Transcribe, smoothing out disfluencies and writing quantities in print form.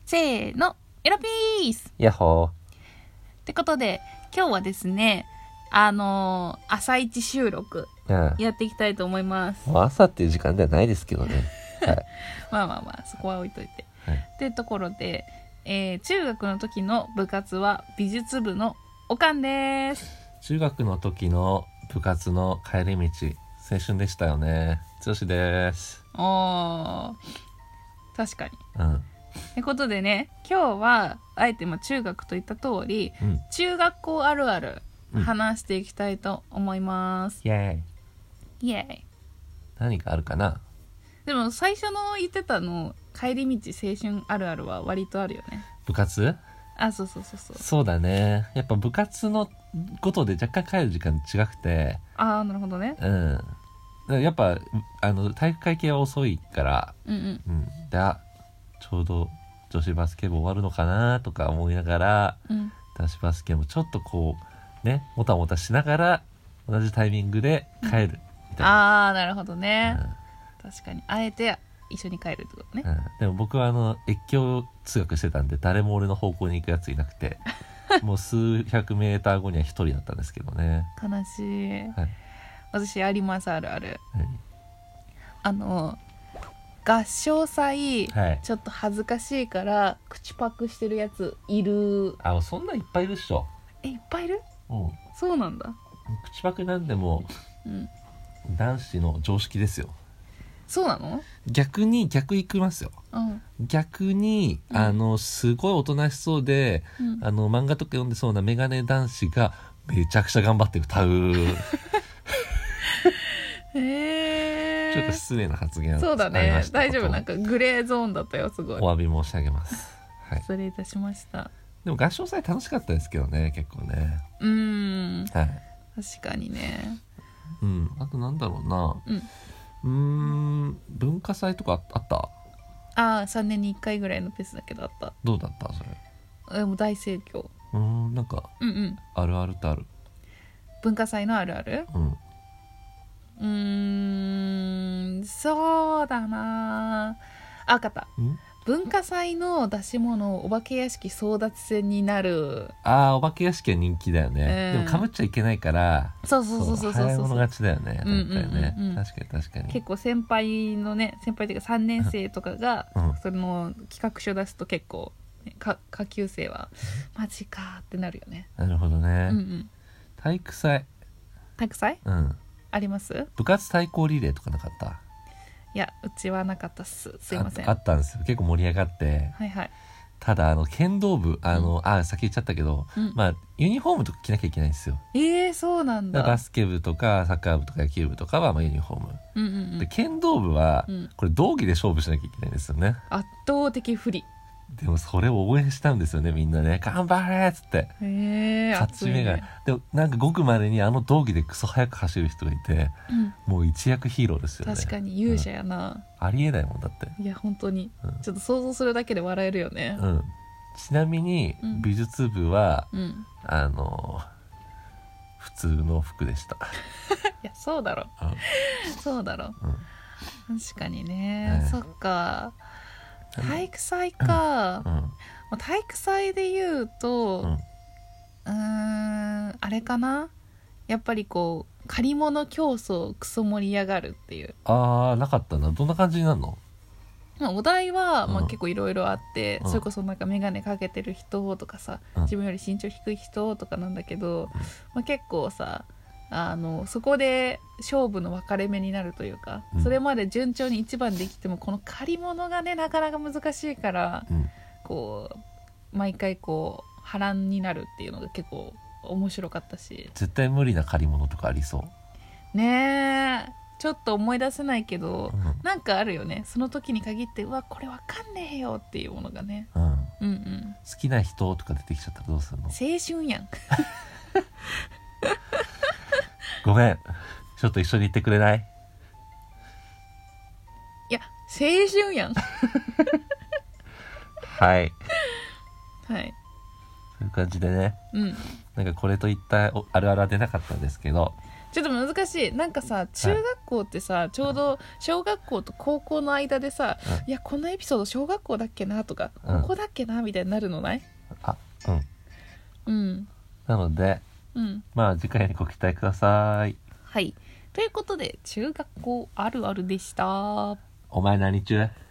せーの、エロピースヤッホー。 ってことで、今日はですね、朝一収録やっていきたいと思います。 もう朝っていう時間ではないですけどね。はい。 まあ、そこは置いといて。 はい、 ってところで、中学の時の部活は美術部のおかんです。 中学の時の部活の帰り道、青春でしたよね。剛です。 確かに。 うん。 ってことでね、今日はあえて中学といった通り、中学校あるある話していきたいと思います。 イエーイ。 イエーイ。 何かあるかな。 でも最初の言ってたの帰り道青春あるあるは割とあるよね。 部活？ そう。 そうだね。やっぱ部活のことで若干帰る時間違くて。 なるほどね。 うん。やっぱ体育会系は遅いから。で、ちょうど女子バスケ部終わるのかなとか思いながら、男子バスケもちょっとこうね、もたもたしながら同じタイミングで帰るみたいな。 なるほどね。確かにあえて一緒に帰るってことね。 でも僕は越境通学してたんで誰も俺の方向に行くやついなくてもう数百メーター後には一人だったんですけどね。 悲しい。 はい、 私ありますあるある。合唱祭、ちょっと恥ずかしいから口パクしてるやついる。 そんなんいっぱいいるっしょ。 いっぱいいる？そうなんだ。 口パクなんでも、男子の常識ですよ。 そうなの？ 逆いきますよ。逆にすごいおとなしそうで、漫画とか読んでそうなメガネ男子がめちゃくちゃ頑張って歌うちょっと失礼な発言そうだね。大丈夫。なんかグレーゾーンだったよ。すごいお詫び申し上げます。はい、 失礼いたしました。 でも合唱祭楽しかったですけどね、結構ね。はい、 確かにね。 あとなんだろうな。文化祭とかあった？ 3年に1回ぐらいのペースだけどあった。どうだったそれ？ もう大盛況。 なんか、あるあるってある？ 文化祭のあるある？そうだな。分かった。文化祭の出し物お化け屋敷争奪戦になる。 お化け屋敷は人気だよね。でも被っちゃいけないからそう早い者勝ちだよね。確かに結構先輩っていうか3年生とかがその企画書出すと結構下級生はマジかってなるよね。 なるほどね。体育祭あります？部活対抗リレーとかなかった？ いや、うちはなかったっす。すいません。 あったんですよ。結構盛り上がって。ただ剣道部先言っちゃったけど、ユニフォームとか着なきゃいけないんですよ。 そうなんだ。 バスケ部とかサッカー部とか野球部とかはユニフォーム、で剣道部はこれ道着で勝負しなきゃいけないんですよね。 圧倒的不利。 でもそれを応援したんですよね、みんなね。頑張れっつって。勝ち目が、でもなんかごくまでに道着でクソ速く走る人がいて、もう一躍ヒーローですよね。 確かに勇者やな。 ありえないもんだって。 いや本当に、ちょっと想像するだけで笑えるよね。 ちなみに美術部は、普通の服でした。 いやそうだろ、そうだろ、確かにね。そっか。体育祭か。体育祭で言うと、あれかな。やっぱりこう借り物競争クソ盛り上がるっていう。 なかったな。どんな感じになるの？ お題は結構いろいろあって、それこそなんか眼鏡かけてる人とかさ、自分より身長低い人とかなんだけど、結構さそこで勝負の分かれ目になるというか、それまで順調に一番できてもこの借り物がねなかなか難しいから、こう毎回こう波乱になるっていうのが結構面白かったし。 絶対無理な借り物とかありそうね。ちょっと思い出せないけど、なんかあるよね。その時に限ってこれわかんねえよっていうものがね。 好きな人とか出てきちゃったらどうするの？ 青春やん。 ごめん、ちょっと一緒に行ってくれない？ いや青春やん。 はいそういう感じでね、なんかこれといったあるあるは出なかったんですけど、 ちょっと難しい。なんかさ、中学校ってさ、ちょうど小学校と高校の間でさ、いやこのエピソード小学校だっけなとか、ここだっけなみたいになるのない？ なので、まあ次回にご期待ください。 はい、ということで中学校あるあるでした。 お前何中？